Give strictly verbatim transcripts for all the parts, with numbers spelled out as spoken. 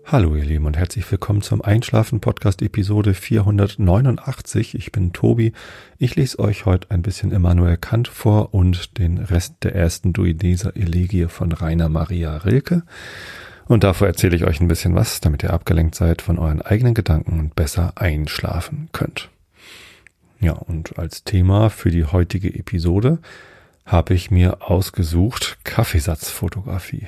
Hallo ihr Lieben und herzlich willkommen zum Einschlafen-Podcast Episode vierhundertneunundachtzig. Ich bin Tobi. Ich lese euch heute ein bisschen Immanuel Kant vor und den Rest der ersten Duideser Elegie von Rainer Maria Rilke. Und davor erzähle ich euch ein bisschen was, damit ihr abgelenkt seid von euren eigenen Gedanken und besser einschlafen könnt. Ja, und als Thema für die heutige Episode habe ich mir ausgesucht Kaffeesatzfotografie.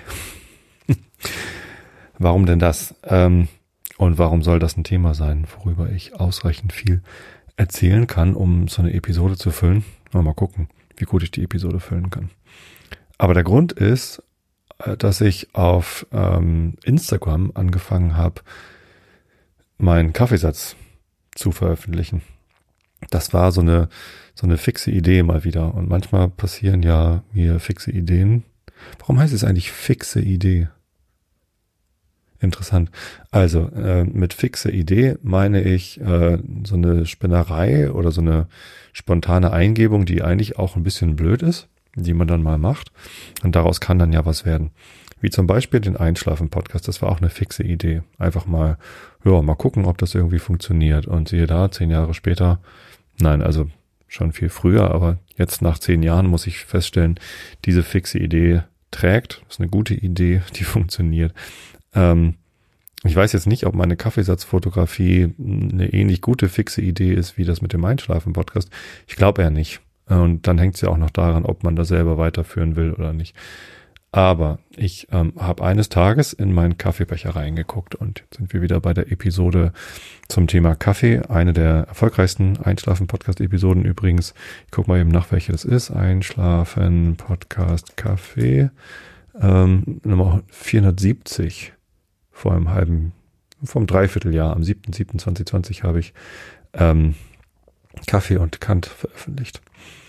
Warum denn das? Ähm, und warum soll das ein Thema sein, worüber ich ausreichend viel erzählen kann, um so eine Episode zu füllen? Mal gucken, wie gut ich die Episode füllen kann. Aber der Grund ist, dass ich auf ähm, Instagram angefangen habe, meinen Kaffeesatz zu veröffentlichen. Das war so eine so eine fixe Idee mal wieder. Und manchmal passieren ja mir fixe Ideen. Warum heißt es eigentlich fixe Idee? Interessant. Also äh, mit fixe Idee meine ich äh, so eine Spinnerei oder so eine spontane Eingebung, die eigentlich auch ein bisschen blöd ist, die man dann mal macht. Und daraus kann dann ja was werden. Wie zum Beispiel den Einschlafen-Podcast. Das war auch eine fixe Idee. Einfach mal, ja, mal gucken, ob das irgendwie funktioniert. Und siehe da, zehn Jahre später, nein, also schon viel früher, aber jetzt nach zehn Jahren muss ich feststellen, diese fixe Idee trägt. Das ist eine gute Idee, die funktioniert. Ähm, ich weiß jetzt nicht, ob meine Kaffeesatzfotografie eine ähnlich gute, fixe Idee ist, wie das mit dem Einschlafen-Podcast. Ich glaube eher nicht. Und dann hängt es ja auch noch daran, ob man das selber weiterführen will oder nicht. Aber ich ähm, habe eines Tages in meinen Kaffeebecher reingeguckt und jetzt sind wir wieder bei der Episode zum Thema Kaffee. Eine der erfolgreichsten Einschlafen-Podcast-Episoden übrigens. Ich gucke mal eben nach, welche das ist. Einschlafen-Podcast Kaffee. Ähm, Nummer vierhundertsiebzig, vor einem halben, vor einem Dreivierteljahr, am siebten siebten zweitausendzwanzig habe ich ähm, Kaffee und Kant veröffentlicht.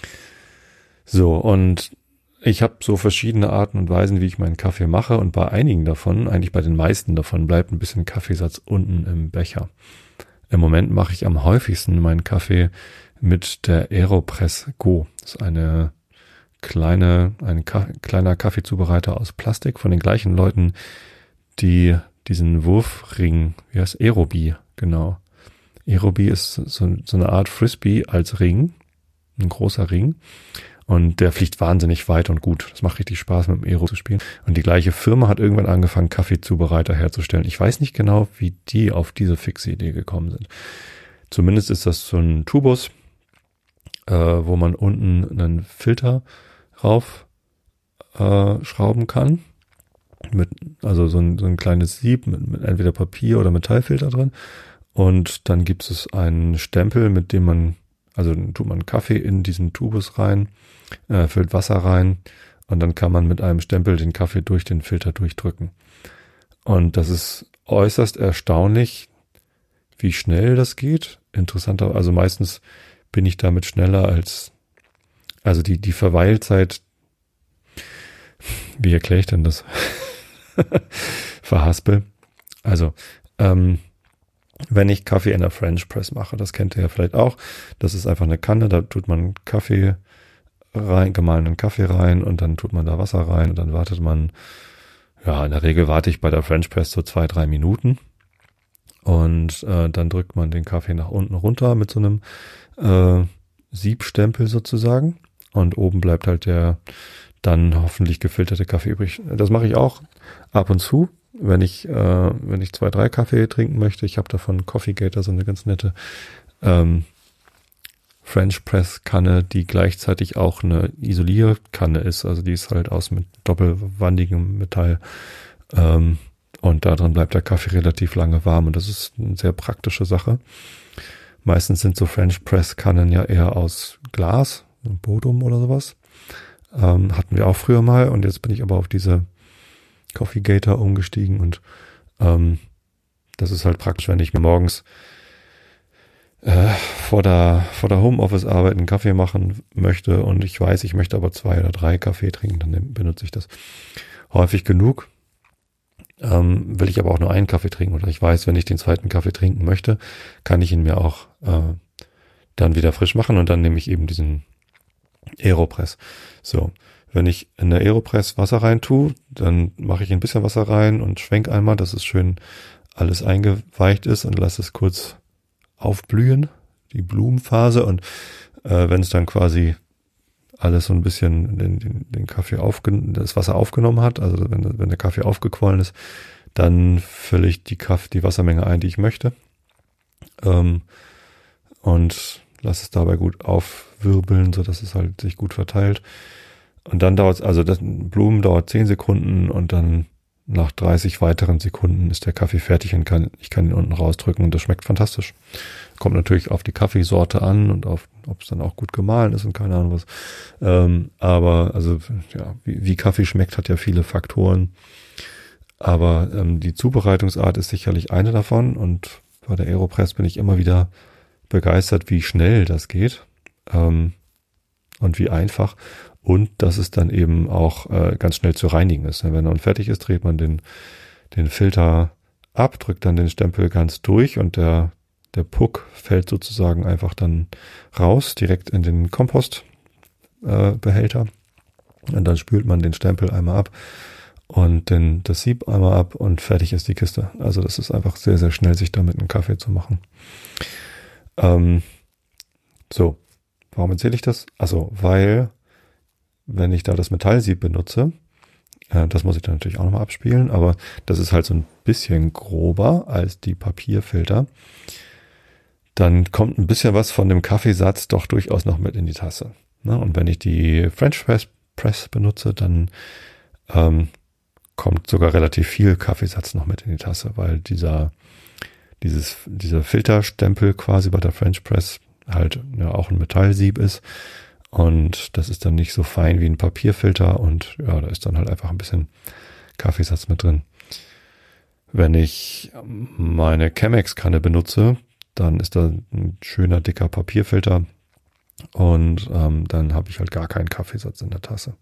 So, und ich habe so verschiedene Arten und Weisen, wie ich meinen Kaffee mache, und bei einigen davon, eigentlich bei den meisten davon, bleibt ein bisschen Kaffeesatz unten im Becher. Im Moment mache ich am häufigsten meinen Kaffee mit der Aeropress Go. Das ist eine kleine, ein Ka- kleiner Kaffeezubereiter aus Plastik von den gleichen Leuten, die diesen Wurfring, wie heißt Aerobie, genau. Aerobie ist so, so eine Art Frisbee als Ring, ein großer Ring, und der fliegt wahnsinnig weit und gut. Das macht richtig Spaß, mit dem Aero zu spielen. Und die gleiche Firma hat irgendwann angefangen, Kaffeezubereiter herzustellen. Ich weiß nicht genau, wie die auf diese fixe Idee gekommen sind. Zumindest ist das so ein Tubus, äh, wo man unten einen Filter rauf äh, schrauben kann. Mit, also so ein, so ein kleines Sieb mit, mit entweder Papier oder Metallfilter drin. Und dann gibt es einen Stempel, mit dem man, also dann tut man Kaffee in diesen Tubus rein, äh, füllt Wasser rein und dann kann man mit einem Stempel den Kaffee durch den Filter durchdrücken. Und das ist äußerst erstaunlich, wie schnell das geht. Interessanter, also meistens bin ich damit schneller als, also die, die Verweilzeit, wie erkläre ich denn das? Verhaspel. Also, ähm, wenn ich Kaffee in der French Press mache, das kennt ihr ja vielleicht auch, das ist einfach eine Kanne, da tut man Kaffee rein, gemahlenen Kaffee rein und dann tut man da Wasser rein und dann wartet man, ja, in der Regel warte ich bei der French Press so zwei, drei Minuten und äh, dann drückt man den Kaffee nach unten runter mit so einem äh, Siebstempel sozusagen und oben bleibt halt der dann hoffentlich gefilterte Kaffee übrig. Das mache ich auch ab und zu, wenn ich äh, wenn ich zwei, drei Kaffee trinken möchte. Ich habe davon Coffee Gator, so eine ganz nette ähm, French Press Kanne, die gleichzeitig auch eine Isolierkanne ist. Also die ist halt aus mit doppelwandigem Metall ähm, und da drin bleibt der Kaffee relativ lange warm und das ist eine sehr praktische Sache. Meistens sind so French Press Kannen ja eher aus Glas, Bodum oder sowas. Ähm, hatten wir auch früher mal und jetzt bin ich aber auf diese Coffee Gator umgestiegen und ähm, das ist halt praktisch, wenn ich mir morgens äh, vor der vor der Homeoffice-Arbeit einen Kaffee machen möchte und ich weiß, ich möchte aber zwei oder drei Kaffee trinken, dann benutze ich das häufig genug. Ähm, will ich aber auch nur einen Kaffee trinken oder ich weiß, wenn ich den zweiten Kaffee trinken möchte, kann ich ihn mir auch äh, dann wieder frisch machen und dann nehme ich eben diesen Aeropress. So, wenn ich in der Aeropress Wasser rein tue, dann mache ich ein bisschen Wasser rein und schwenk einmal, dass es schön alles eingeweicht ist und lasse es kurz aufblühen, die Blumenphase. Und äh, wenn es dann quasi alles so ein bisschen den, den, den Kaffee aufgenommen, das Wasser aufgenommen hat, also wenn, wenn der Kaffee aufgequollen ist, dann fülle ich die Kaffee, die Wassermenge ein, die ich möchte. Ähm, und lasse es dabei gut aufwirbeln, so dass es halt sich gut verteilt. Und dann dauert es, also das Blumen dauert zehn Sekunden und dann nach dreißig weiteren Sekunden ist der Kaffee fertig und kann, ich kann ihn unten rausdrücken und das schmeckt fantastisch. Kommt natürlich auf die Kaffeesorte an und auf, ob es dann auch gut gemahlen ist und keine Ahnung was. Ähm, aber also ja, wie, wie Kaffee schmeckt, hat ja viele Faktoren. Aber ähm, die Zubereitungsart ist sicherlich eine davon und bei der Aeropress bin ich immer wieder begeistert, wie schnell das geht ähm, und wie einfach. Und dass es dann eben auch äh, ganz schnell zu reinigen ist. Wenn dann fertig ist, dreht man den, den Filter ab, drückt dann den Stempel ganz durch und der, der Puck fällt sozusagen einfach dann raus, direkt in den Kompostbehälter. Äh, und dann spült man den Stempel einmal ab und den, das Sieb einmal ab und fertig ist die Kiste. Also das ist einfach sehr, sehr schnell, sich damit einen Kaffee zu machen. Ähm, so, warum erzähle ich das? Also, weil wenn ich da das Metallsieb benutze, äh, das muss ich dann natürlich auch nochmal abspielen, aber das ist halt so ein bisschen grober als die Papierfilter, dann kommt ein bisschen was von dem Kaffeesatz doch durchaus noch mit in die Tasse. Ne? Und wenn ich die French Press, Press benutze, dann ähm, kommt sogar relativ viel Kaffeesatz noch mit in die Tasse, weil dieser, dieses, dieser Filterstempel quasi bei der French Press halt ja auch ein Metallsieb ist. Und das ist dann nicht so fein wie ein Papierfilter und ja, da ist dann halt einfach ein bisschen Kaffeesatz mit drin. Wenn ich meine Chemex-Kanne benutze, dann ist da ein schöner dicker Papierfilter und ähm, dann habe ich halt gar keinen Kaffeesatz in der Tasse.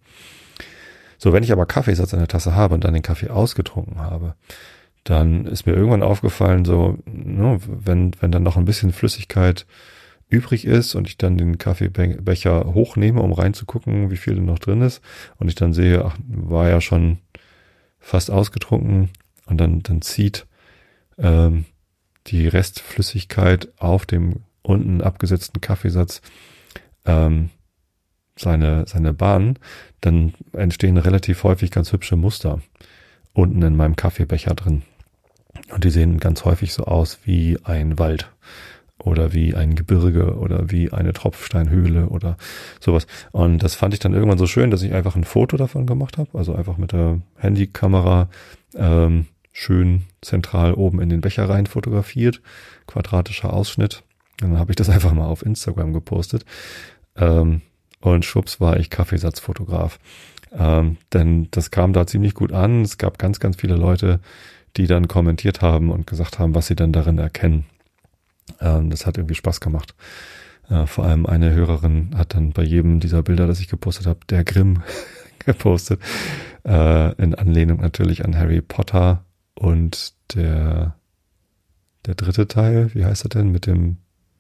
So, wenn ich aber Kaffeesatz in der Tasse habe und dann den Kaffee ausgetrunken habe, dann ist mir irgendwann aufgefallen, so, ne, wenn, wenn dann noch ein bisschen Flüssigkeit übrig ist und ich dann den Kaffeebecher hochnehme, um reinzugucken, wie viel denn noch drin ist und ich dann sehe, ach, war ja schon fast ausgetrunken und dann, dann zieht ähm, die Restflüssigkeit auf dem unten abgesetzten Kaffeesatz ähm, seine, seine Bahn, dann entstehen relativ häufig ganz hübsche Muster unten in meinem Kaffeebecher drin. Und die sehen ganz häufig so aus wie ein Wald oder wie ein Gebirge oder wie eine Tropfsteinhöhle oder sowas. Und das fand ich dann irgendwann so schön, dass ich einfach ein Foto davon gemacht habe, also einfach mit der Handykamera ähm, schön zentral oben in den Becher rein fotografiert, quadratischer Ausschnitt. Und dann habe ich das einfach mal auf Instagram gepostet. Ähm, und schwupps war ich Kaffeesatzfotograf. Ähm, denn das kam da ziemlich gut an. Es gab ganz, ganz viele Leute, die dann kommentiert haben und gesagt haben, was sie dann darin erkennen. Ähm, das hat irgendwie Spaß gemacht. Äh, vor allem eine Hörerin hat dann bei jedem dieser Bilder, das ich gepostet habe, der Grimm gepostet. Äh, in Anlehnung natürlich an Harry Potter und der der dritte Teil, wie heißt er denn mit dem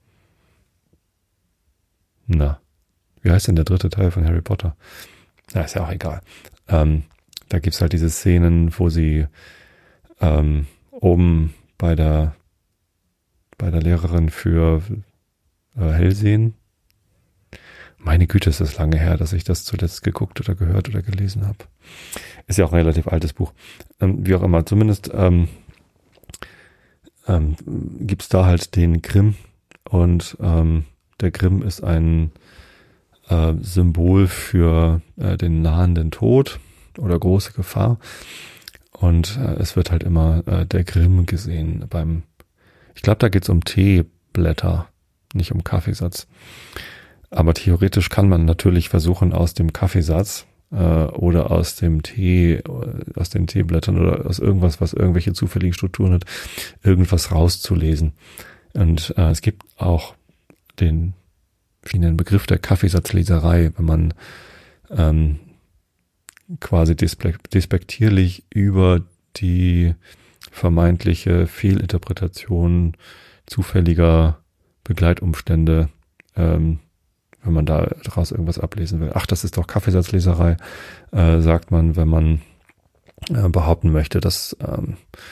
na, wie heißt denn der dritte Teil von Harry Potter? Na, ist ja auch egal. Ähm, da gibt's halt diese Szenen, wo sie ähm, oben bei der bei der Lehrerin für äh, Hellsehen. Meine Güte, ist das lange her, dass ich das zuletzt geguckt oder gehört oder gelesen habe. Ist ja auch ein relativ altes Buch. Ähm, wie auch immer, zumindest ähm, ähm, gibt's da halt den Grimm und ähm, der Grimm ist ein äh, Symbol für äh, den nahenden Tod oder große Gefahr. Und äh, es wird halt immer äh, der Grimm gesehen beim, ich glaube, da geht's um Teeblätter, nicht um Kaffeesatz. Aber theoretisch kann man natürlich versuchen, aus dem Kaffeesatz äh, oder aus dem Tee, aus den Teeblättern oder aus irgendwas, was irgendwelche zufälligen Strukturen hat, irgendwas rauszulesen. Und äh, es gibt auch den vielen Begriff der Kaffeesatzleserei, wenn man ähm, quasi despektierlich über die vermeintliche Fehlinterpretation zufälliger Begleitumstände, ähm, wenn man da daraus irgendwas ablesen will. Ach, das ist doch Kaffeesatzleserei, äh, sagt man, wenn man äh, behaupten möchte, dass ähm,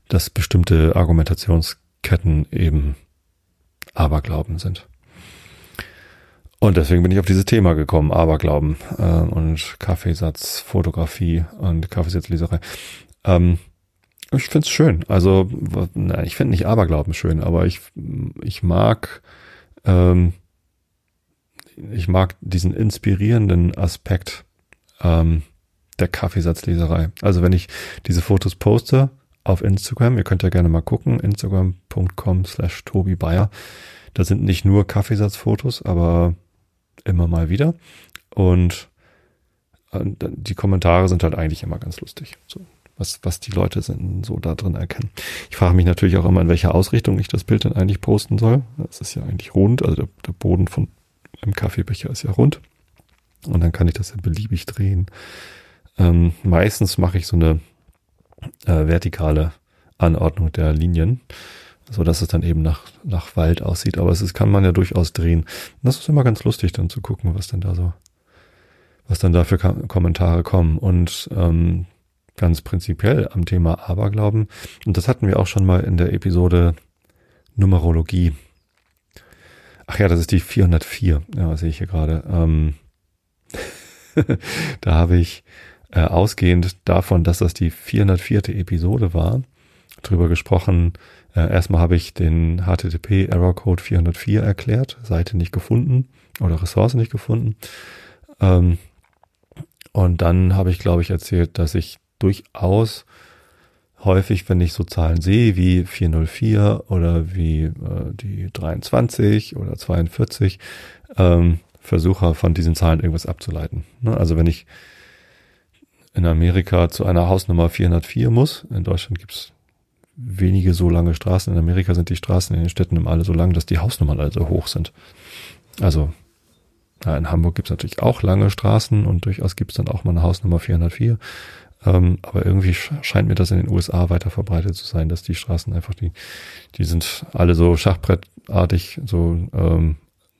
dass bestimmte Argumentationsketten eben Aberglauben sind. Und deswegen bin ich auf dieses Thema gekommen, Aberglauben äh, und Kaffeesatz, Fotografie und Kaffeesatzleserei. Ähm, ich find's schön. Also, na, ich finde nicht Aberglauben schön, aber ich, ich mag, ähm, ich mag diesen inspirierenden Aspekt ähm, der Kaffeesatzleserei. Also wenn ich diese Fotos poste auf Instagram, ihr könnt ja gerne mal gucken, instagram punkt com slash Tobi Bayer. Da sind nicht nur Kaffeesatzfotos, aber immer mal wieder. Und die Kommentare sind halt eigentlich immer ganz lustig. So, was, was die Leute sind, so da drin erkennen. Ich frage mich natürlich auch immer, in welcher Ausrichtung ich das Bild dann eigentlich posten soll. Das ist ja eigentlich rund, also der, der Boden von einem Kaffeebecher ist ja rund. Und dann kann ich das ja beliebig drehen. Ähm, meistens mache ich so eine äh, vertikale Anordnung der Linien, so dass es dann eben nach, nach Wald aussieht. Aber es ist, kann man ja durchaus drehen. Und das ist immer ganz lustig, dann zu gucken, was dann da so, was dann da für Ka- Kommentare kommen. Und ähm, ganz prinzipiell am Thema Aberglauben, und das hatten wir auch schon mal in der Episode Numerologie. Ach ja, das ist die vierhundertvier. Ja, sehe ich hier gerade. Ähm, da habe ich äh, ausgehend davon, dass das die vierhundertvierte Episode war, drüber gesprochen. Äh, erstmal habe ich den H T T P Error Code vierhundertvier erklärt, Seite nicht gefunden oder Ressource nicht gefunden. Ähm, und dann habe ich, glaube ich, erzählt, dass ich durchaus häufig, wenn ich so Zahlen sehe wie vierhundertvier oder wie äh, die dreiundzwanzig oder zweiundvierzig, ähm, versuche von diesen Zahlen irgendwas abzuleiten. Ne? Also wenn ich in Amerika zu einer Hausnummer vierhundertvier muss, in Deutschland gibt's wenige so lange Straßen, in Amerika sind die Straßen in den Städten immer alle so lang, dass die Hausnummern alle so hoch sind. Also ja, in Hamburg gibt's natürlich auch lange Straßen und durchaus gibt's dann auch mal eine Hausnummer vierhundertvier. Ähm, aber irgendwie scheint mir das in den U S A weiter verbreitet zu sein, dass die Straßen einfach, die, die sind alle so schachbrettartig so ähm,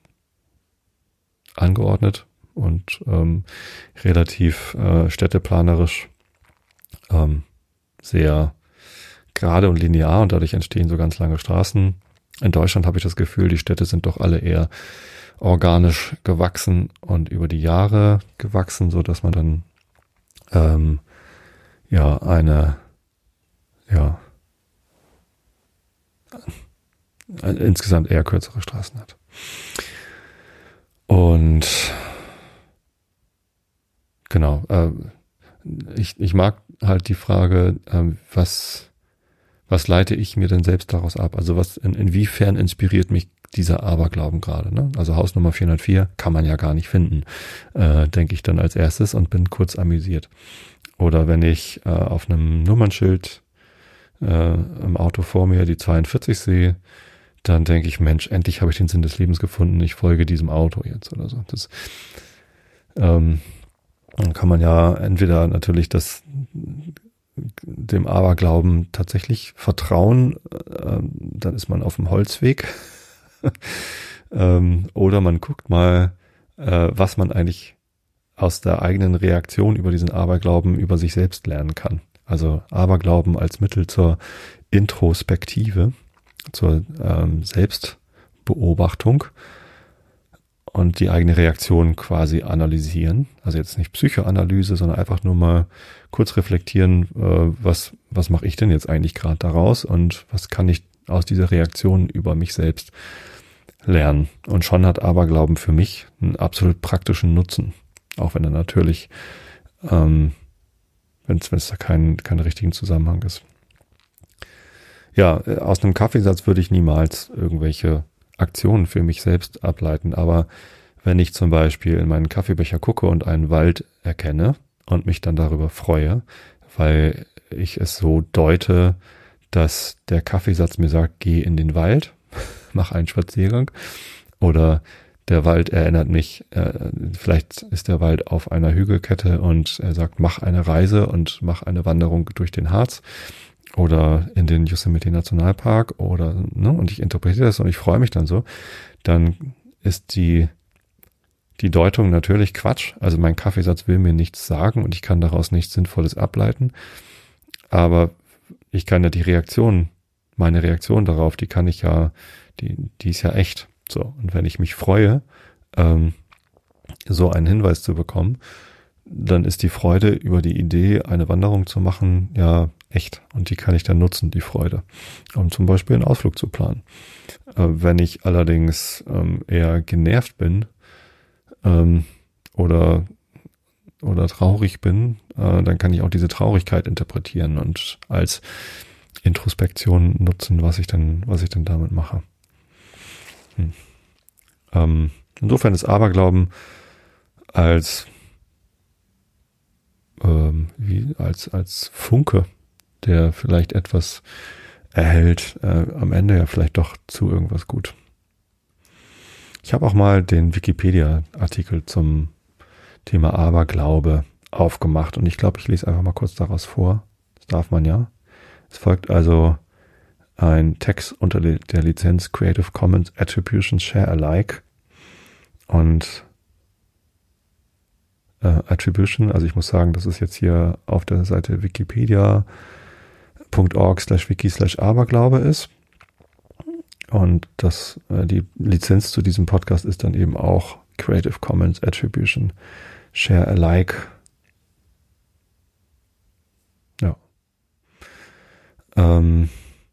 angeordnet und ähm, relativ äh, städteplanerisch ähm, sehr gerade und linear und dadurch entstehen so ganz lange Straßen. In Deutschland habe ich das Gefühl, die Städte sind doch alle eher organisch gewachsen und über die Jahre gewachsen, so dass man dann ähm, ja eine ja ein, insgesamt eher kürzere Straßen hat. Und genau, äh, ich, ich mag halt die Frage, äh, was, was leite ich mir denn selbst daraus ab? Also was, in, inwiefern inspiriert mich dieser Aberglauben gerade? Ne? Also Hausnummer vierhundertvier kann man ja gar nicht finden, äh, denke ich dann als erstes und bin kurz amüsiert. Oder wenn ich äh, auf einem Nummernschild äh, im Auto vor mir die zweiundvierzig sehe, dann denke ich, Mensch, endlich habe ich den Sinn des Lebens gefunden, ich folge diesem Auto jetzt oder so. Das ähm, dann kann man ja entweder natürlich das dem Aberglauben tatsächlich vertrauen, äh, dann ist man auf dem Holzweg. ähm, oder man guckt mal, äh, was man eigentlich aus der eigenen Reaktion über diesen Aberglauben über sich selbst lernen kann. Also Aberglauben als Mittel zur Introspektive, zur ähm, Selbstbeobachtung und die eigene Reaktion quasi analysieren. Also jetzt nicht Psychoanalyse, sondern einfach nur mal kurz reflektieren, äh, was was mache ich denn jetzt eigentlich gerade daraus und was kann ich aus dieser Reaktion über mich selbst lernen. Und schon hat Aberglauben für mich einen absolut praktischen Nutzen, auch wenn er natürlich, ähm, wenn es da keinen keinen richtigen Zusammenhang ist. Ja, aus einem Kaffeesatz würde ich niemals irgendwelche Aktionen für mich selbst ableiten, aber wenn ich zum Beispiel in meinen Kaffeebecher gucke und einen Wald erkenne und mich dann darüber freue, weil ich es so deute, dass der Kaffeesatz mir sagt, geh in den Wald, mach einen Spaziergang, oder der Wald erinnert mich, äh, vielleicht ist der Wald auf einer Hügelkette und er sagt, mach eine Reise und mach eine Wanderung durch den Harz oder in den Yosemite Nationalpark oder, ne, und ich interpretiere das und ich freue mich dann so, dann ist die, die Deutung natürlich Quatsch. Also mein Kaffeesatz will mir nichts sagen und ich kann daraus nichts Sinnvolles ableiten. Aber ich kann ja die Reaktion, meine Reaktion darauf, die kann ich ja, die, die ist ja echt. So, und wenn ich mich freue, ähm, so einen Hinweis zu bekommen, dann ist die Freude über die Idee, eine Wanderung zu machen, ja echt. Und die kann ich dann nutzen, die Freude, um zum Beispiel einen Ausflug zu planen. Äh, wenn ich allerdings ähm, eher genervt bin ähm, oder oder traurig bin, äh, dann kann ich auch diese Traurigkeit interpretieren und als Introspektion nutzen, was ich denn, was ich denn damit mache. Hm. Ähm, insofern ist Aberglauben als ähm, wie als als Funke, der vielleicht etwas erhält, äh, am Ende ja vielleicht doch zu irgendwas gut. Ich habe auch mal den Wikipedia-Artikel zum Thema Aberglaube aufgemacht und ich glaube, ich lese einfach mal kurz daraus vor. Das darf man ja. Es folgt also ein Text unter der Lizenz Creative Commons Attribution Share Alike und äh, Attribution, also ich muss sagen, das ist jetzt hier auf der Seite wikipedia punkt org slash wiki slash Aberglaube ist und das, äh, die Lizenz zu diesem Podcast ist dann eben auch Creative Commons Attribution Share Alike. Ja. Ähm.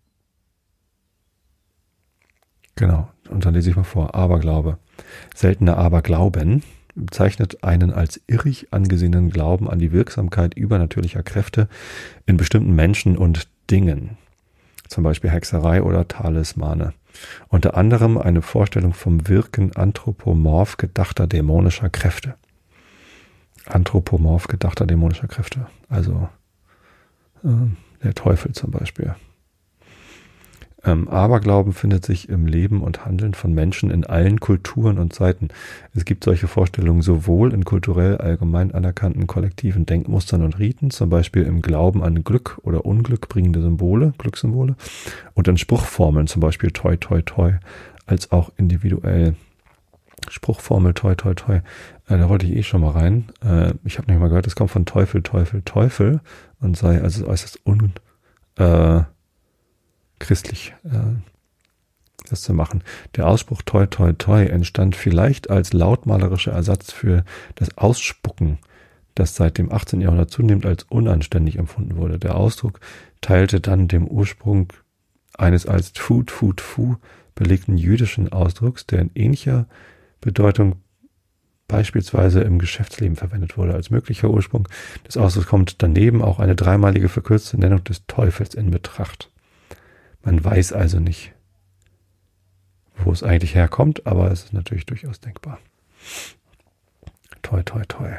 Genau. Und dann lese ich mal vor. Aberglaube. Seltener Aberglauben bezeichnet einen als irrig angesehenen Glauben an die Wirksamkeit übernatürlicher Kräfte in bestimmten Menschen und Dingen. Zum Beispiel Hexerei oder Talismane. Unter anderem eine Vorstellung vom Wirken anthropomorph gedachter dämonischer Kräfte. Anthropomorph gedachter dämonischer Kräfte. Also äh, der Teufel zum Beispiel. Ähm, Aberglauben findet sich im Leben und Handeln von Menschen in allen Kulturen und Zeiten. Es gibt solche Vorstellungen sowohl in kulturell allgemein anerkannten kollektiven Denkmustern und Riten, zum Beispiel im Glauben an Glück oder Unglück bringende Symbole, Glückssymbole, und in Spruchformeln, zum Beispiel toi toi toi, als auch individuell. Spruchformel toi toi toi, äh, da wollte ich eh schon mal rein. Äh, ich habe nicht mal gehört, es kommt von Teufel, Teufel, Teufel und sei also äußerst un... Äh, christlich äh, das zu machen. Der Ausspruch toi toi toi entstand vielleicht als lautmalerischer Ersatz für das Ausspucken, das seit dem achtzehnten Jahrhundert zunehmend als unanständig empfunden wurde. Der Ausdruck teilte dann dem Ursprung eines als Tfu Tfu Tfu belegten jüdischen Ausdrucks, der in ähnlicher Bedeutung beispielsweise im Geschäftsleben verwendet wurde. Als möglicher Ursprung des Ausdrucks kommt daneben auch eine dreimalige verkürzte Nennung des Teufels in Betracht. Man weiß also nicht, wo es eigentlich herkommt, aber es ist natürlich durchaus denkbar. Toi, toi, toi.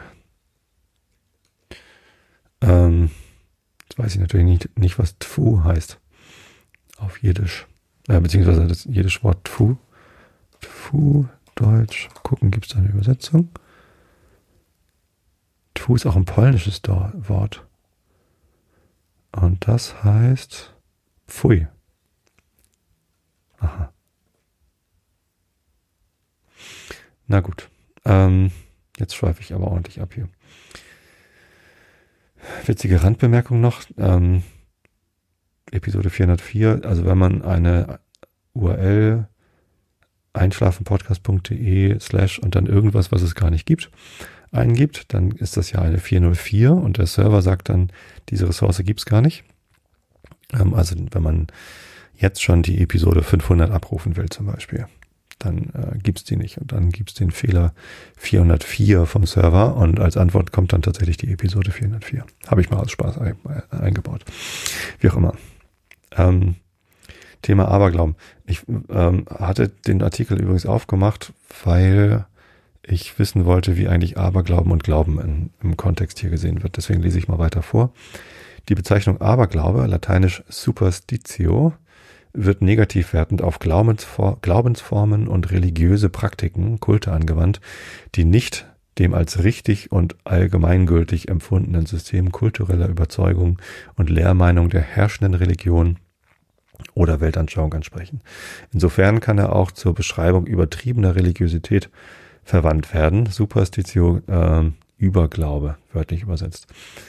Ähm, jetzt weiß ich natürlich nicht, nicht was Tfu heißt auf Jiddisch. Äh, beziehungsweise das jiddische Wort Tfu. Tfu, Deutsch. Gucken, gibt es da eine Übersetzung? Tfu ist auch ein polnisches Wort. Und das heißt Pfui. Aha. Na gut. Ähm, jetzt schweife ich aber ordentlich ab hier. Witzige Randbemerkung noch. Ähm, Episode vierhundertvier. Also wenn man eine U R L einschlafenpodcast.de slash und dann irgendwas, was es gar nicht gibt, eingibt, dann ist das ja eine vierhundertvier und der Server sagt dann, diese Ressource gibt es gar nicht. Ähm, also wenn man jetzt schon die Episode fünfhundert abrufen will zum Beispiel, dann äh, gibt's die nicht und dann gibt's den Fehler vierhundertvier vom Server und als Antwort kommt dann tatsächlich die Episode vierhundertvier. Habe ich mal aus Spaß ein, äh, eingebaut. Wie auch immer. Ähm, Thema Aberglauben. Ich ähm, hatte den Artikel übrigens aufgemacht, weil ich wissen wollte, wie eigentlich Aberglauben und Glauben in, im Kontext hier gesehen wird. Deswegen lese ich mal weiter vor. Die Bezeichnung Aberglaube, lateinisch superstitio, wird negativ wertend auf Glaubensformen und religiöse Praktiken, Kulte angewandt, die nicht dem als richtig und allgemeingültig empfundenen System kultureller Überzeugung und Lehrmeinung der herrschenden Religion oder Weltanschauung entsprechen. Insofern kann er auch zur Beschreibung übertriebener Religiosität verwandt werden. Superstitio, äh, Überglaube, wörtlich übersetzt.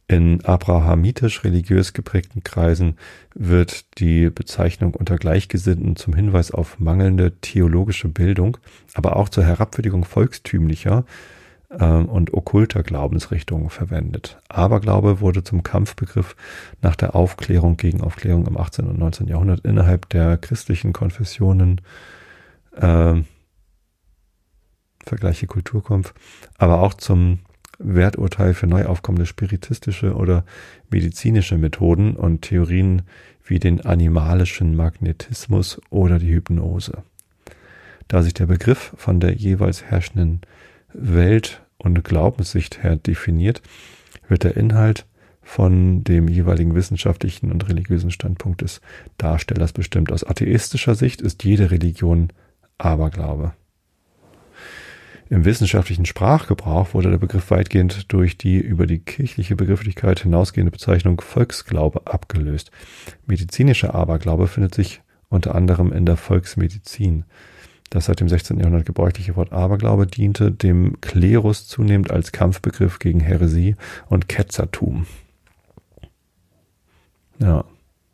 In abrahamitisch religiös geprägten Kreisen wird die Bezeichnung unter Gleichgesinnten zum Hinweis auf mangelnde theologische Bildung, aber auch zur Herabwürdigung volkstümlicher äh, und okkulter Glaubensrichtungen verwendet. Aberglaube wurde zum Kampfbegriff nach der Aufklärung gegen Aufklärung im achtzehnten und neunzehnten Jahrhundert innerhalb der christlichen Konfessionen, äh, Vergleiche Kulturkampf, aber auch zum Werturteil für neu aufkommende spiritistische oder medizinische Methoden und Theorien wie den animalischen Magnetismus oder die Hypnose. Da sich der Begriff von der jeweils herrschenden Welt- und Glaubenssicht her definiert, wird der Inhalt von dem jeweiligen wissenschaftlichen und religiösen Standpunkt des Darstellers bestimmt. Aus atheistischer Sicht ist jede Religion Aberglaube. Im wissenschaftlichen Sprachgebrauch wurde der Begriff weitgehend durch die über die kirchliche Begrifflichkeit hinausgehende Bezeichnung Volksglaube abgelöst. Medizinischer Aberglaube findet sich unter anderem in der Volksmedizin. Das seit dem sechzehnten Jahrhundert gebräuchliche Wort Aberglaube diente dem Klerus zunehmend als Kampfbegriff gegen Häresie und Ketzertum. Ja.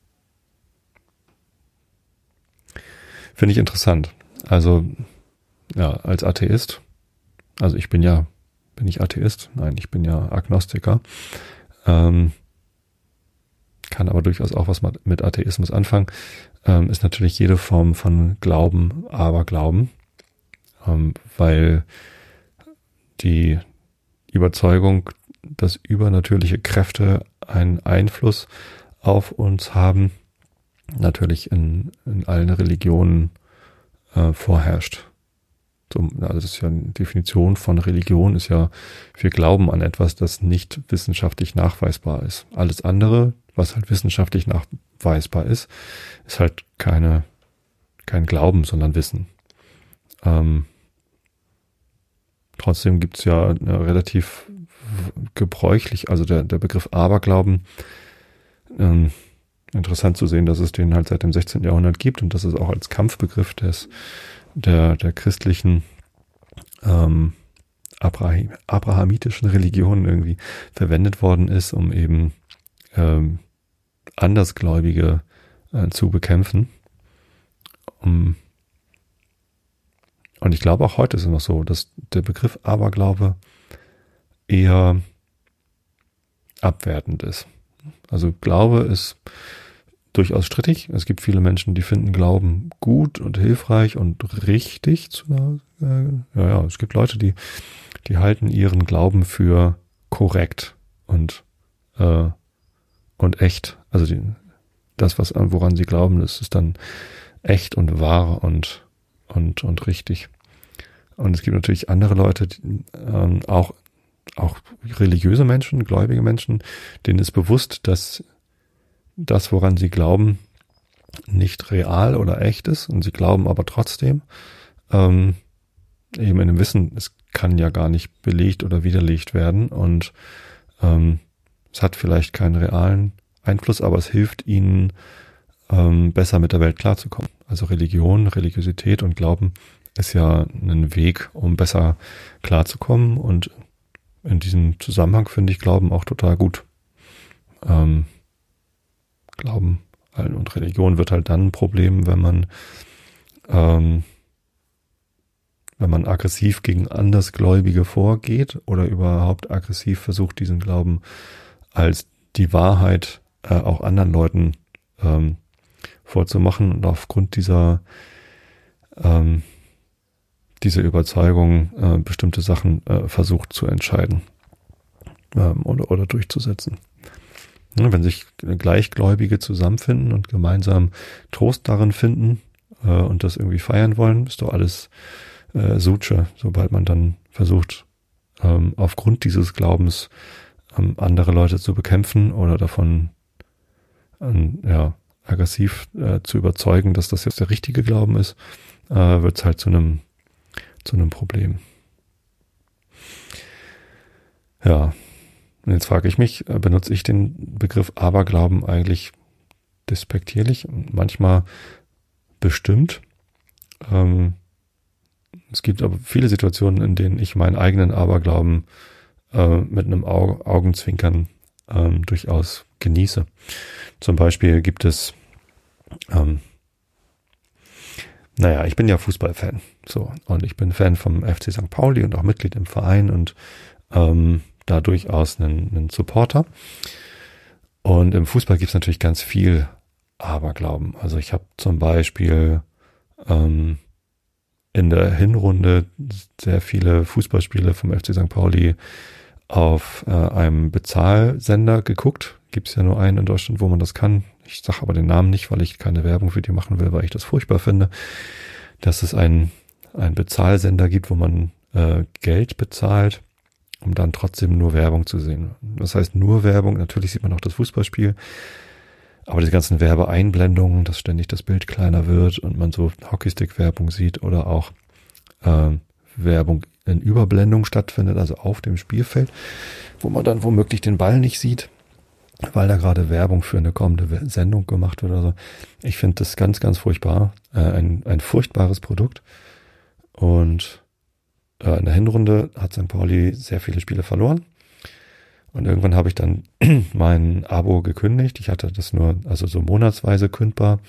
Finde ich interessant. Also, ja, als Atheist, also ich bin ja, bin ich Atheist? Nein, ich bin ja Agnostiker. Ähm, kann aber durchaus auch was mit Atheismus anfangen. Ähm, ist natürlich jede Form von Glauben, Aberglauben, ähm, weil die Überzeugung, dass übernatürliche Kräfte einen Einfluss auf uns haben, natürlich in, in allen Religionen äh, vorherrscht. So, also das ist ja eine Definition von Religion, ist ja, wir glauben an etwas, das nicht wissenschaftlich nachweisbar ist. Alles andere, was halt wissenschaftlich nachweisbar ist, ist halt keine, kein Glauben, sondern Wissen. Ähm, trotzdem gibt's ja eine relativ gebräuchlich, also der, der Begriff Aberglauben, ähm, interessant zu sehen, dass es den halt seit dem sechzehnten Jahrhundert gibt und dass es auch als Kampfbegriff des der der christlichen ähm, Abraham, abrahamitischen Religion irgendwie verwendet worden ist, um eben ähm, Andersgläubige äh, zu bekämpfen. Um, und ich glaube, auch heute ist es noch so, dass der Begriff Aberglaube eher abwertend ist. Also Glaube ist durchaus strittig. Es gibt viele Menschen, die finden Glauben gut und hilfreich und richtig. Zu, äh, ja, ja, es gibt Leute, die, die halten ihren Glauben für korrekt und äh, und echt. Also die, das, was woran sie glauben, das ist dann echt und wahr und und und richtig. Und es gibt natürlich andere Leute, die, ähm, auch auch religiöse Menschen, gläubige Menschen, denen ist bewusst, dass das, woran sie glauben, nicht real oder echt ist und sie glauben aber trotzdem, ähm, eben in dem Wissen, es kann ja gar nicht belegt oder widerlegt werden und ähm, es hat vielleicht keinen realen Einfluss, aber es hilft ihnen, ähm, besser mit der Welt klarzukommen. Also Religion, Religiosität und Glauben ist ja ein Weg, um besser klarzukommen und in diesem Zusammenhang finde ich Glauben auch total gut. Ähm, Glauben und Religion wird halt dann ein Problem, wenn man ähm, wenn man aggressiv gegen Andersgläubige vorgeht oder überhaupt aggressiv versucht, diesen Glauben als die Wahrheit äh, auch anderen Leuten ähm, vorzumachen und aufgrund dieser ähm, dieser Überzeugung äh, bestimmte Sachen äh, versucht zu entscheiden ähm, oder, oder durchzusetzen. Wenn sich Gleichgläubige zusammenfinden und gemeinsam Trost darin finden äh, und das irgendwie feiern wollen, ist doch alles äh, Suche, sobald man dann versucht, ähm, aufgrund dieses Glaubens ähm, andere Leute zu bekämpfen oder davon ähm, ja, aggressiv äh, zu überzeugen, dass das jetzt der richtige Glauben ist, äh, wird es halt zu einem zu einem Problem. Ja. Und jetzt frage ich mich, benutze ich den Begriff Aberglauben eigentlich despektierlich? Manchmal bestimmt. Ähm, es gibt aber viele Situationen, in denen ich meinen eigenen Aberglauben äh, mit einem Au- Augenzwinkern ähm, durchaus genieße. Zum Beispiel gibt es, ähm, naja, ich bin ja Fußballfan, so, und ich bin Fan vom F C Sankt Pauli und auch Mitglied im Verein und ähm, da durchaus einen, einen Supporter. Und im Fußball gibt es natürlich ganz viel Aberglauben. Also ich habe zum Beispiel ähm, in der Hinrunde sehr viele Fußballspiele vom F C Sankt Pauli auf äh, einem Bezahlsender geguckt. Gibt es ja nur einen in Deutschland, wo man das kann. Ich sage aber den Namen nicht, weil ich keine Werbung für die machen will, weil ich das furchtbar finde, dass es einen, einen Bezahlsender gibt, wo man äh, Geld bezahlt, um dann trotzdem nur Werbung zu sehen. Das heißt nur Werbung, natürlich sieht man auch das Fußballspiel, aber diese ganzen Werbeeinblendungen, dass ständig das Bild kleiner wird und man so Hockeystick-Werbung sieht oder auch äh, Werbung in Überblendung stattfindet, also auf dem Spielfeld, wo man dann womöglich den Ball nicht sieht, weil da gerade Werbung für eine kommende Sendung gemacht wird oder so. Ich finde das ganz, ganz furchtbar. Äh, ein, ein furchtbares Produkt. Und äh, in der Hinrunde hat Sankt Pauli sehr viele Spiele verloren. Und irgendwann habe ich dann mein Abo gekündigt. Ich hatte das nur, also so monatsweise kündbar.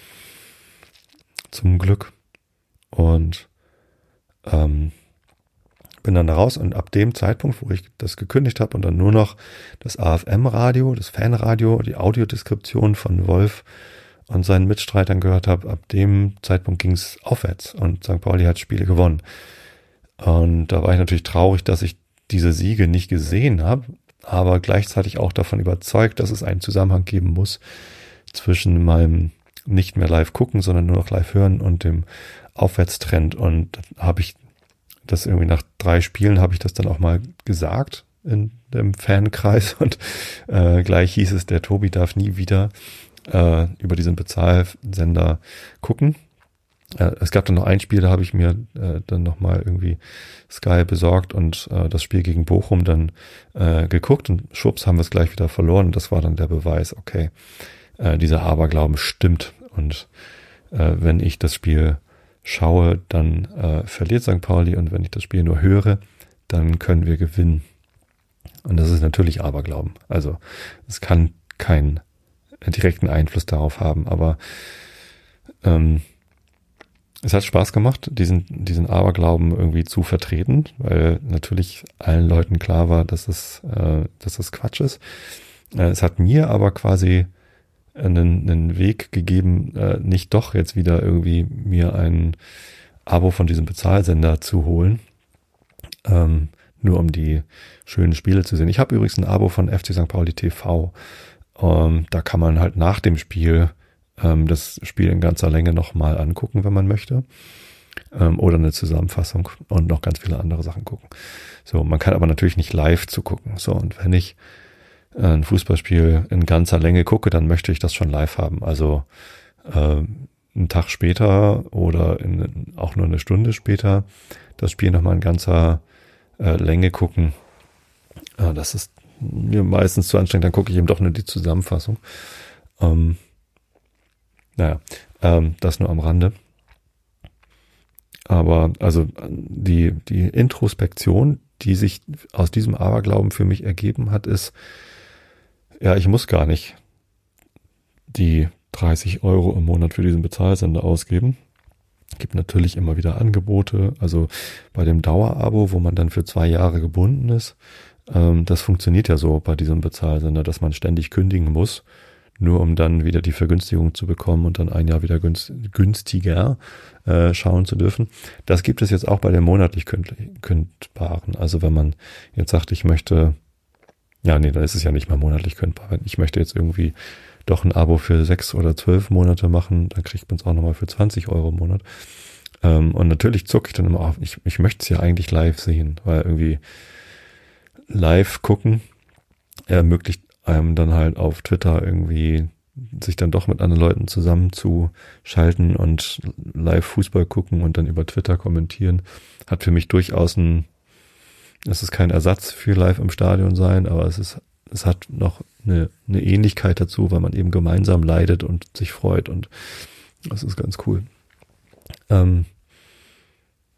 Zum Glück. Und ähm, bin dann da raus und ab dem Zeitpunkt, wo ich das gekündigt habe und dann nur noch das A F M-Radio, das Fanradio, die Audiodeskription von Wolf und seinen Mitstreitern gehört habe, ab dem Zeitpunkt ging es aufwärts und Sankt Pauli hat Spiele gewonnen. Und da war ich natürlich traurig, dass ich diese Siege nicht gesehen habe, aber gleichzeitig auch davon überzeugt, dass es einen Zusammenhang geben muss zwischen meinem nicht mehr live gucken, sondern nur noch live hören und dem Aufwärtstrend. Und da habe ich das irgendwie nach drei Spielen habe ich das dann auch mal gesagt in dem Fankreis und äh, gleich hieß es, der Tobi darf nie wieder äh, über diesen Bezahlsender gucken. Äh, es gab dann noch ein Spiel, da habe ich mir äh, dann nochmal irgendwie Sky besorgt und äh, das Spiel gegen Bochum dann äh, geguckt und schwupps haben wir es gleich wieder verloren und das war dann der Beweis, okay, äh, dieser Aberglauben stimmt und äh, wenn ich das Spiel schaue, dann äh, verliert Sankt Pauli und wenn ich das Spiel nur höre, dann können wir gewinnen. Und das ist natürlich Aberglauben. Also es kann keinen direkten Einfluss darauf haben, aber ähm, es hat Spaß gemacht, diesen diesen Aberglauben irgendwie zu vertreten, weil natürlich allen Leuten klar war, dass es äh, dass das Quatsch ist. Äh, es hat mir aber quasi einen, einen Weg gegeben, äh, nicht doch jetzt wieder irgendwie mir ein Abo von diesem Bezahlsender zu holen, ähm, nur um die schönen Spiele zu sehen. Ich habe übrigens ein Abo von F C Sankt Pauli T V. Ähm, da kann man halt nach dem Spiel ähm, das Spiel in ganzer Länge nochmal angucken, wenn man möchte. Ähm, oder eine Zusammenfassung und noch ganz viele andere Sachen gucken. So, man kann aber natürlich nicht live zugucken. So, und wenn ich ein Fußballspiel in ganzer Länge gucke, dann möchte ich das schon live haben. Also äh, einen Tag später oder in, auch nur eine Stunde später das Spiel nochmal in ganzer äh, Länge gucken. Äh, das ist mir meistens zu anstrengend, dann gucke ich eben doch nur die Zusammenfassung. Ähm, naja, ähm, das nur am Rande. Aber also die, die Introspektion, die sich aus diesem Aberglauben für mich ergeben hat, ist, ja, ich muss gar nicht die dreißig Euro im Monat für diesen Bezahlsender ausgeben. Es gibt natürlich immer wieder Angebote, also bei dem Dauerabo, wo man dann für zwei Jahre gebunden ist, ähm, das funktioniert ja so bei diesem Bezahlsender, dass man ständig kündigen muss, nur um dann wieder die Vergünstigung zu bekommen und dann ein Jahr wieder günstiger äh, schauen zu dürfen. Das gibt es jetzt auch bei den monatlich kündbaren. Also wenn man jetzt sagt, ich möchte Ja, nee, dann ist es ja nicht mal monatlich kündbar. Wenn ich möchte jetzt irgendwie doch ein Abo für sechs oder zwölf Monate machen, dann kriegt man es auch nochmal für zwanzig Euro im Monat. Ähm, und natürlich zucke ich dann immer auf. Ich, ich möchte es ja eigentlich live sehen, weil irgendwie live gucken ermöglicht einem dann halt auf Twitter irgendwie sich dann doch mit anderen Leuten zusammenzuschalten und live Fußball gucken und dann über Twitter kommentieren. Hat für mich durchaus ein Es ist kein Ersatz für live im Stadion sein, aber es ist, es hat noch eine, eine Ähnlichkeit dazu, weil man eben gemeinsam leidet und sich freut und das ist ganz cool. Ähm,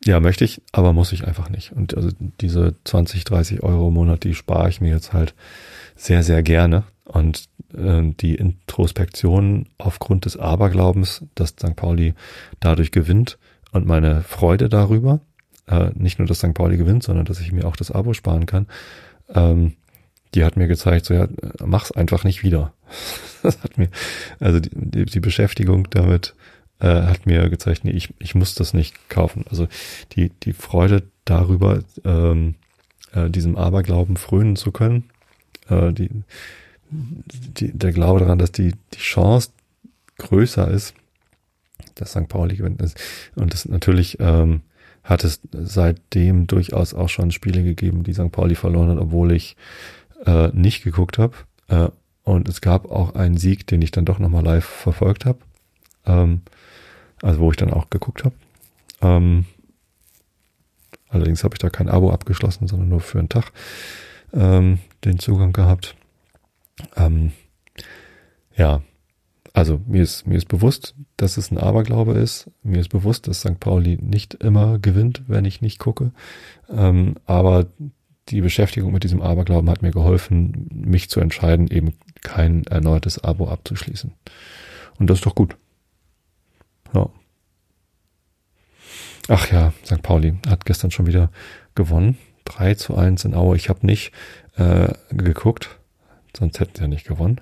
Ja, möchte ich, aber muss ich einfach nicht. Und also diese zwanzig, dreißig Euro im Monat, die spare ich mir jetzt halt sehr, sehr gerne. Und äh, die Introspektion aufgrund des Aberglaubens, dass Sankt Pauli dadurch gewinnt und meine Freude darüber, äh, nicht nur, dass Sankt Pauli gewinnt, sondern dass ich mir auch das Abo sparen kann, ähm, die hat mir gezeigt, so ja, mach's einfach nicht wieder. Das hat mir, also die, die, die Beschäftigung damit äh, hat mir gezeigt, nee, ich, ich muss das nicht kaufen. Also die, die Freude darüber, ähm, äh, diesem Aberglauben frönen zu können, äh, die, die, der Glaube daran, dass die, die Chance größer ist, dass Sankt Pauli gewinnt ist. Und das natürlich ähm, hat es seitdem durchaus auch schon Spiele gegeben, die Sankt Pauli verloren hat, obwohl ich äh, nicht geguckt habe. Äh, und es gab auch einen Sieg, den ich dann doch nochmal live verfolgt habe. Ähm, also wo ich dann auch geguckt habe. Ähm, allerdings habe ich da kein Abo abgeschlossen, sondern nur für einen Tag ähm, den Zugang gehabt. Ähm, ja, also mir ist mir ist bewusst, dass es ein Aberglaube ist. Mir ist bewusst, dass Sankt Pauli nicht immer gewinnt, wenn ich nicht gucke. Ähm, aber die Beschäftigung mit diesem Aberglauben hat mir geholfen, mich zu entscheiden, eben kein erneutes Abo abzuschließen. Und das ist doch gut. Ja. Ach ja, Sankt Pauli hat gestern schon wieder gewonnen. drei zu eins in Aue. Ich habe nicht äh, geguckt, sonst hätten sie ja nicht gewonnen.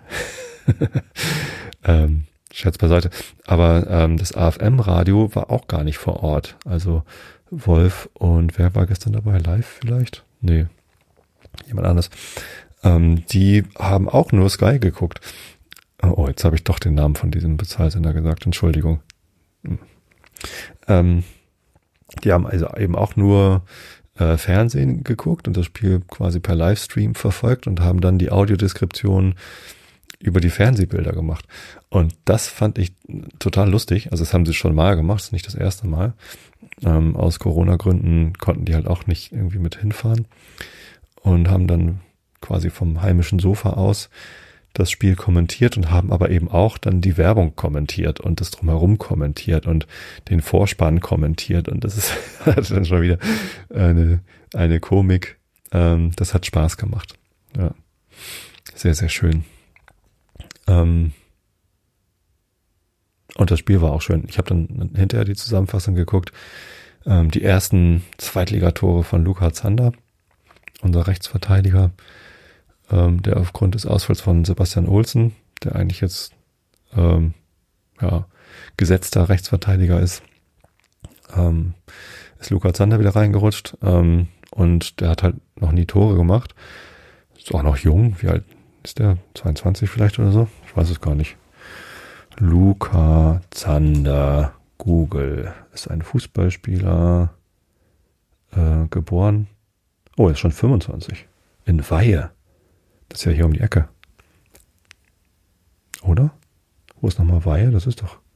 ähm, Scherz beiseite. Aber ähm, das A F M-Radio war auch gar nicht vor Ort. Also Wolf und wer war gestern dabei? Live vielleicht? Nee, jemand anderes. Ähm, die haben auch nur Sky geguckt. Oh, jetzt habe ich doch den Namen von diesem Bezahlsender gesagt. Entschuldigung. Hm. Ähm, die haben also eben auch nur äh, Fernsehen geguckt und das Spiel quasi per Livestream verfolgt und haben dann die Audiodeskription über die Fernsehbilder gemacht. Und das fand ich total lustig. Also das haben sie schon mal gemacht, das ist nicht das erste Mal. Ähm, aus Corona-Gründen konnten die halt auch nicht irgendwie mit hinfahren und haben dann quasi vom heimischen Sofa aus das Spiel kommentiert und haben aber eben auch dann die Werbung kommentiert und das Drumherum kommentiert und den Vorspann kommentiert und das ist also dann schon wieder eine, eine Komik. Ähm, das hat Spaß gemacht. Ja, sehr, sehr schön. Ähm, und das Spiel war auch schön. Ich habe dann hinterher die Zusammenfassung geguckt. Ähm, die ersten Zweitligatore von Luca Zander, unser Rechtsverteidiger, ähm, der aufgrund des Ausfalls von Sebastian Olsen, der eigentlich jetzt ähm, ja, gesetzter Rechtsverteidiger ist, ähm, ist Luca Zander wieder reingerutscht ähm, und der hat halt noch nie Tore gemacht. Ist auch noch jung. Wie alt ist der? zweiundzwanzig vielleicht oder so? Ich weiß es gar nicht. Luca Zander, Google, ist ein Fußballspieler, äh, geboren. Oh, er ist schon fünfundzwanzig. In Weihe. Das ist ja hier um die Ecke. Oder? Wo ist nochmal Weihe? Das ist doch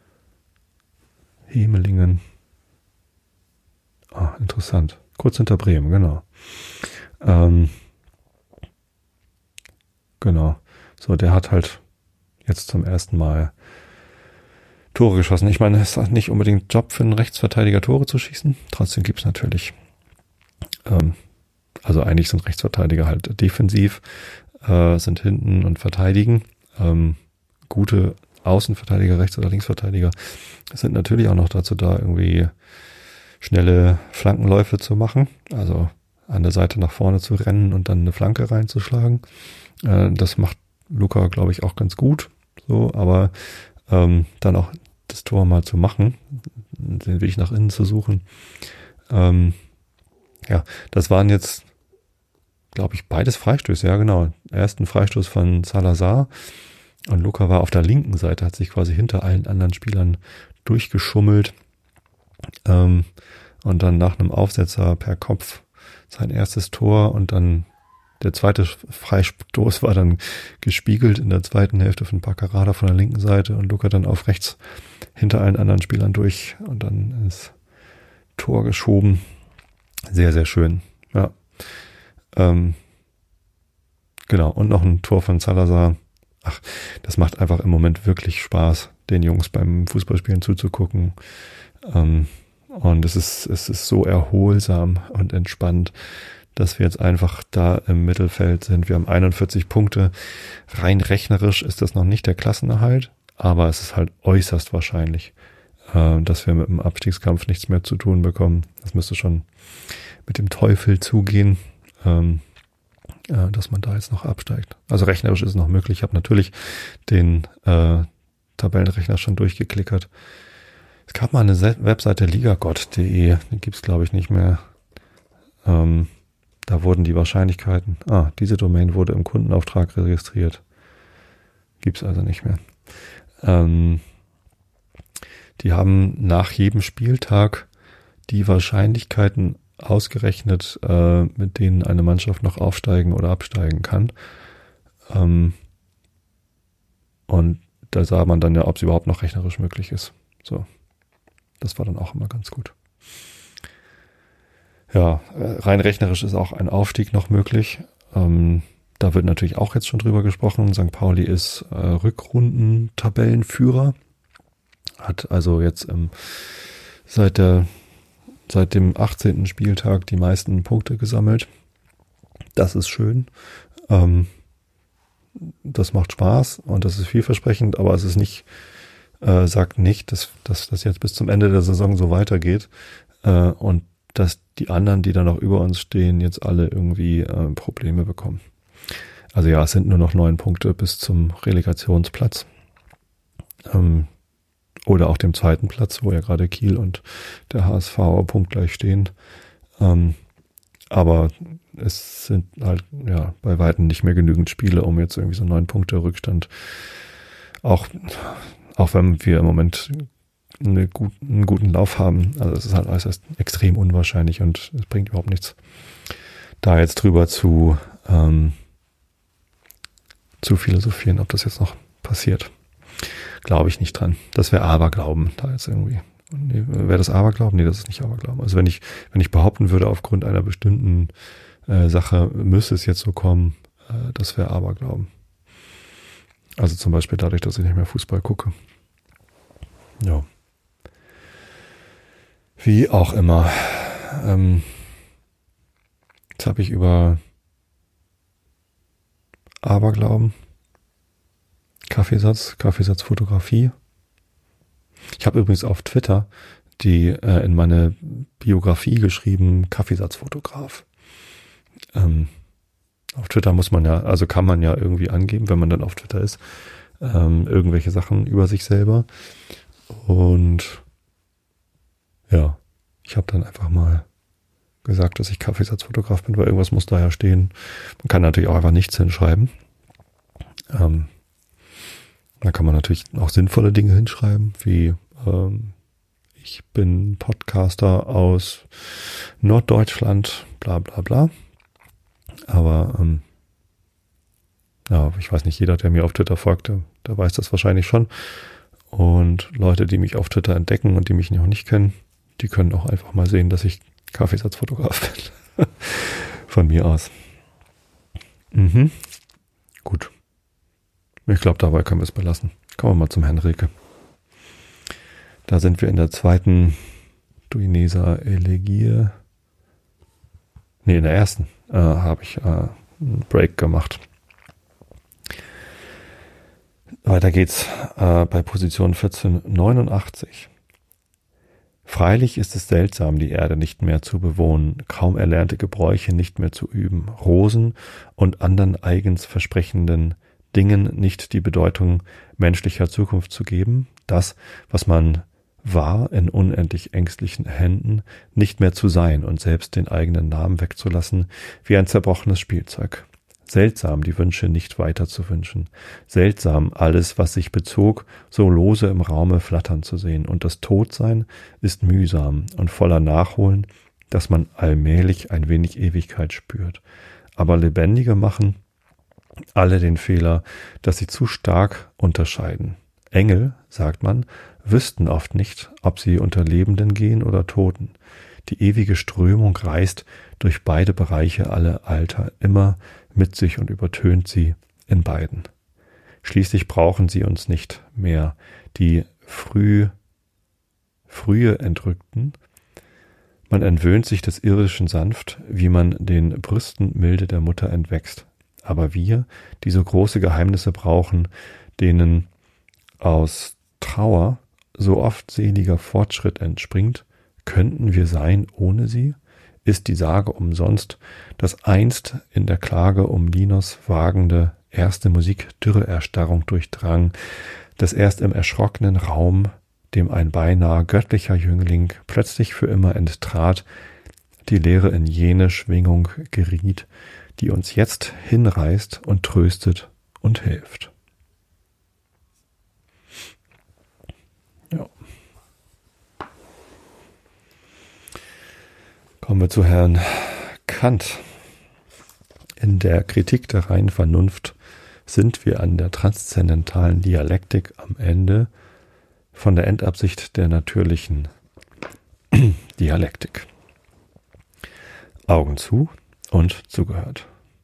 Hemelingen. Ah, interessant. Kurz hinter Bremen, genau. Ähm, genau. So, der hat halt jetzt zum ersten Mal Tore geschossen. Ich meine, es ist nicht unbedingt Job für einen Rechtsverteidiger, Tore zu schießen. Trotzdem gibt es natürlich, ähm, also eigentlich sind Rechtsverteidiger halt defensiv, äh, sind hinten und verteidigen. Ähm, gute Außenverteidiger, Rechts- oder Linksverteidiger sind natürlich auch noch dazu da, irgendwie schnelle Flankenläufe zu machen. Also an der Seite nach vorne zu rennen und dann eine Flanke reinzuschlagen. Äh, das macht Luca, glaube ich, auch ganz gut. So, aber ähm, dann auch das Tor mal zu machen, den Weg nach innen zu suchen. Ähm, ja, das waren jetzt, glaube ich, beides Freistöße. Ja, genau. Erst ein Freistoß von Salazar und Luca war auf der linken Seite, hat sich quasi hinter allen anderen Spielern durchgeschummelt ähm, und dann nach einem Aufsetzer per Kopf sein erstes Tor und dann der zweite Freistoß war dann gespiegelt in der zweiten Hälfte von Paccarada von der linken Seite und Luca dann auf rechts hinter allen anderen Spielern durch und dann ins Tor geschoben. Sehr, sehr schön. Ja. Ähm, genau. Und noch ein Tor von Salazar. Ach, das macht einfach im Moment wirklich Spaß, den Jungs beim Fußballspielen zuzugucken. Ähm, Und es ist, es ist so erholsam und entspannt, dass wir jetzt einfach da im Mittelfeld sind. Wir haben einundvierzig Punkte. Rein rechnerisch ist das noch nicht der Klassenerhalt, aber es ist halt äußerst wahrscheinlich, äh, dass wir mit dem Abstiegskampf nichts mehr zu tun bekommen. Das müsste schon mit dem Teufel zugehen, ähm, äh, dass man da jetzt noch absteigt. Also rechnerisch ist es noch möglich. Ich habe natürlich den äh, Tabellenrechner schon durchgeklickert. Es gab mal eine Webseite ligagott punkt de, die gibt's glaube ich nicht mehr. Ähm, da wurden die Wahrscheinlichkeiten, ah, diese Domain wurde im Kundenauftrag registriert. Gibt's also nicht mehr. Ähm, die haben nach jedem Spieltag die Wahrscheinlichkeiten ausgerechnet, äh, mit denen eine Mannschaft noch aufsteigen oder absteigen kann. Ähm, und da sah man dann ja, ob es überhaupt noch rechnerisch möglich ist. So. Das war dann auch immer ganz gut. Ja, rein rechnerisch ist auch ein Aufstieg noch möglich. Ähm, da wird natürlich auch jetzt schon drüber gesprochen. Sankt Pauli ist äh, Rückrunden-Tabellenführer. Hat also jetzt ähm, seit der seit dem achtzehnten Spieltag die meisten Punkte gesammelt. Das ist schön. Ähm, das macht Spaß und das ist vielversprechend, aber es ist nicht Äh, sagt nicht, dass, dass das jetzt bis zum Ende der Saison so weitergeht äh, und dass die anderen, die da noch über uns stehen, jetzt alle irgendwie äh, Probleme bekommen. Also ja, es sind nur noch neun Punkte bis zum Relegationsplatz ähm, oder auch dem zweiten Platz, wo ja gerade Kiel und der H S V punktgleich stehen. Ähm, aber es sind halt ja bei weitem nicht mehr genügend Spiele, um jetzt irgendwie so neun Punkte Rückstand auch Auch wenn wir im Moment eine gut, einen guten Lauf haben. Also es ist halt äußerst extrem unwahrscheinlich und es bringt überhaupt nichts, da jetzt drüber zu, ähm, zu philosophieren, ob das jetzt noch passiert. Glaube ich nicht dran. Das wäre Aberglauben da jetzt irgendwie. Nee, wäre das Aberglauben? Nee, das ist nicht Aberglauben. Also wenn ich, wenn ich behaupten würde, aufgrund einer bestimmten äh, Sache müsste es jetzt so kommen, äh, das wäre Aberglauben. Also zum Beispiel dadurch, dass ich nicht mehr Fußball gucke. Ja. Wie auch immer. Ähm, jetzt habe ich über Aberglauben, Kaffeesatz, Kaffeesatzfotografie. Ich habe übrigens auf Twitter die äh, in meine Biografie geschrieben, Kaffeesatzfotograf. Ähm, Auf Twitter muss man ja, also kann man ja irgendwie angeben, wenn man dann auf Twitter ist, ähm, irgendwelche Sachen über sich selber. Und ja, ich habe dann einfach mal gesagt, dass ich Kaffeesatzfotograf bin, weil irgendwas muss da ja stehen. Man kann natürlich auch einfach nichts hinschreiben. Ähm, da kann man natürlich auch sinnvolle Dinge hinschreiben, wie ähm, ich bin Podcaster aus Norddeutschland, bla bla bla. Aber ähm, ja, ich weiß nicht, jeder, der mir auf Twitter folgt, der, der weiß das wahrscheinlich schon. Und Leute, die mich auf Twitter entdecken und die mich noch nicht kennen, die können auch einfach mal sehen, dass ich Kaffeesatzfotograf bin. Von mir aus. Mhm. Gut. Ich glaube, dabei können wir es belassen. Kommen wir mal zum Henrike. Da sind wir in der zweiten Duineser Elegie. Nee, in der ersten äh, habe ich äh, einen Break gemacht. Weiter geht's äh, bei Position vierzehnhundertneunundachtzig. Freilich ist es seltsam, die Erde nicht mehr zu bewohnen, kaum erlernte Gebräuche nicht mehr zu üben, Rosen und anderen eigens versprechenden Dingen nicht die Bedeutung menschlicher Zukunft zu geben, das, was man war, in unendlich ängstlichen Händen nicht mehr zu sein und selbst den eigenen Namen wegzulassen, wie ein zerbrochenes Spielzeug. Seltsam, die Wünsche nicht weiter zu wünschen. Seltsam, alles, was sich bezog, so lose im Raume flattern zu sehen. Und das Todsein ist mühsam und voller Nachholen, dass man allmählich ein wenig Ewigkeit spürt. Aber Lebendige machen alle den Fehler, dass sie zu stark unterscheiden. Engel, sagt man, wüssten oft nicht, ob sie unter Lebenden gehen oder Toten. Die ewige Strömung reißt durch beide Bereiche alle Alter immer mit sich und übertönt sie in beiden. Schließlich brauchen sie uns nicht mehr. Die früh, frühe Entrückten Man entwöhnt sich des Irdischen sanft, wie man den Brüsten milde der Mutter entwächst. Aber wir, die so große Geheimnisse brauchen, denen aus Trauer so oft seliger Fortschritt entspringt, könnten wir sein ohne sie? Ist die Sage umsonst, dass einst in der Klage um Linos wagende erste Musik Dürreerstarrung durchdrang, dass erst im erschrockenen Raum, dem ein beinahe göttlicher Jüngling plötzlich für immer enttrat, die Lehre in jene Schwingung geriet, die uns jetzt hinreißt und tröstet und hilft. Ja. Kommen wir zu Herrn Kant. In der Kritik der reinen Vernunft sind wir an der transzendentalen Dialektik am Ende von der Endabsicht der natürlichen Dialektik. Augen zu und zugehört.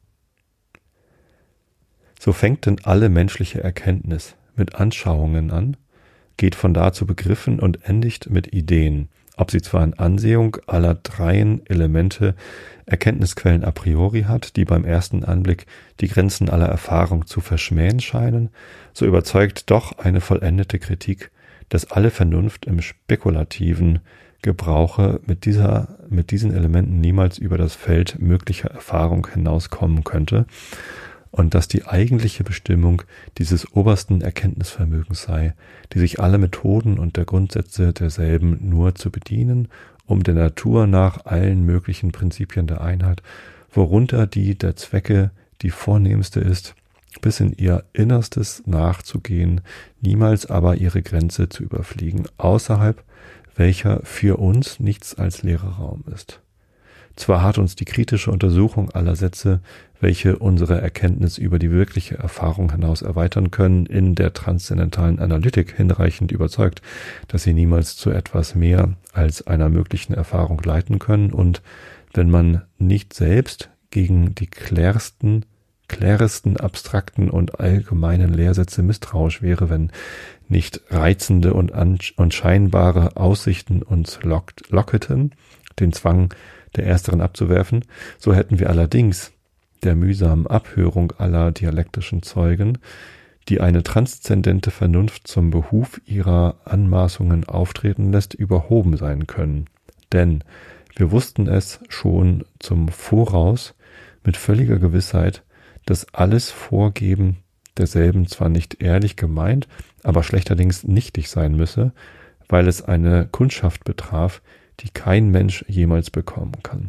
So fängt denn alle menschliche Erkenntnis mit Anschauungen an, geht von da zu Begriffen und endigt mit Ideen, ob sie zwar in Ansehung aller dreien Elemente Erkenntnisquellen a priori hat, die beim ersten Anblick die Grenzen aller Erfahrung zu verschmähen scheinen, so überzeugt doch eine vollendete Kritik, dass alle Vernunft im spekulativen Gebrauche mit dieser, mit diesen Elementen niemals über das Feld möglicher Erfahrung hinauskommen könnte und dass die eigentliche Bestimmung dieses obersten Erkenntnisvermögens sei, die sich alle Methoden und der Grundsätze derselben nur zu bedienen, um der Natur nach allen möglichen Prinzipien der Einheit, worunter die der Zwecke die vornehmste ist, bis in ihr Innerstes nachzugehen, niemals aber ihre Grenze zu überfliegen, außerhalb welcher für uns nichts als leerer Raum ist. Zwar hat uns die kritische Untersuchung aller Sätze, welche unsere Erkenntnis über die wirkliche Erfahrung hinaus erweitern können, in der transzendentalen Analytik hinreichend überzeugt, dass sie niemals zu etwas mehr als einer möglichen Erfahrung leiten können und, wenn man nicht selbst gegen die klärsten, kläresten, abstrakten und allgemeinen Lehrsätze misstrauisch wäre, wenn nicht reizende und, an, und scheinbare Aussichten uns lockt, locketen, den Zwang der ersteren abzuwerfen, so hätten wir allerdings der mühsamen Abhörung aller dialektischen Zeugen, die eine transzendente Vernunft zum Behuf ihrer Anmaßungen auftreten lässt, überhoben sein können. Denn wir wussten es schon zum Voraus mit völliger Gewissheit, dass alles Vorgeben derselben zwar nicht ehrlich gemeint, aber schlechterdings nichtig sein müsse, weil es eine Kundschaft betraf, die kein Mensch jemals bekommen kann.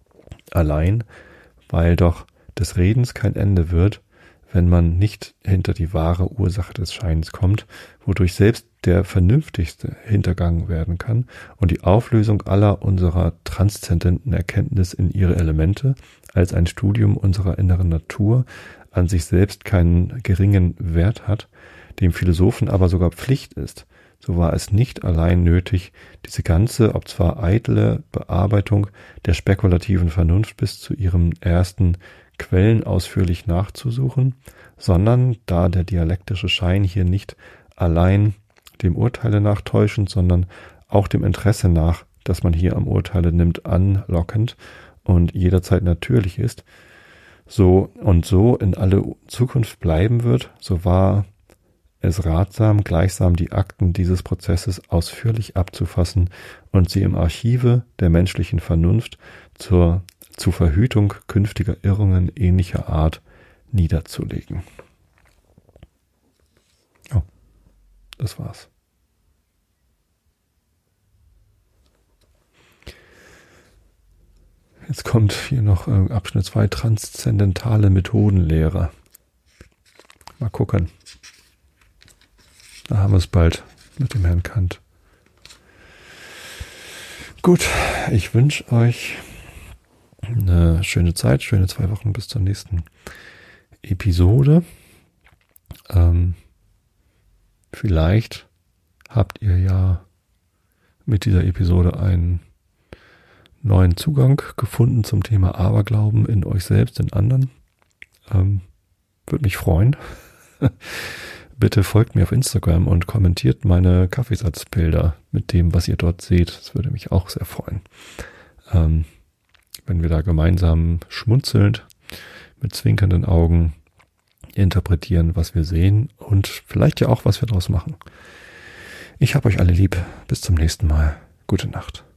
Allein, weil doch des Redens kein Ende wird, wenn man nicht hinter die wahre Ursache des Scheins kommt, wodurch selbst der Vernünftigste hintergangen werden kann und die Auflösung aller unserer transzendenten Erkenntnis in ihre Elemente als ein Studium unserer inneren Natur an sich selbst keinen geringen Wert hat, dem Philosophen aber sogar Pflicht ist, so war es nicht allein nötig, diese ganze, ob zwar eitle Bearbeitung der spekulativen Vernunft bis zu ihrem ersten Quellen ausführlich nachzusuchen, sondern da der dialektische Schein hier nicht allein dem Urteile nach täuschend, sondern auch dem Interesse nach, das man hier am Urteile nimmt, anlockend und jederzeit natürlich ist, so und so in alle Zukunft bleiben wird, so war es ratsam, gleichsam die Akten dieses Prozesses ausführlich abzufassen und sie im Archive der menschlichen Vernunft zur, zur Verhütung künftiger Irrungen ähnlicher Art niederzulegen. Oh, das war's. Jetzt kommt hier noch äh, Abschnitt zwei, transzendentale Methodenlehre. Mal gucken. Da haben wir es bald mit dem Herrn Kant. Gut, ich wünsche euch eine schöne Zeit, schöne zwei Wochen bis zur nächsten Episode. Ähm, vielleicht habt ihr ja mit dieser Episode einen neuen Zugang gefunden zum Thema Aberglauben in euch selbst, in anderen. Ähm, würde mich freuen. Bitte folgt mir auf Instagram und kommentiert meine Kaffeesatzbilder mit dem, was ihr dort seht. Das würde mich auch sehr freuen. ähm, wenn wir da gemeinsam schmunzelnd mit zwinkernden Augen interpretieren, was wir sehen und vielleicht ja auch, was wir daraus machen. Ich hab euch alle lieb. Bis zum nächsten Mal. Gute Nacht.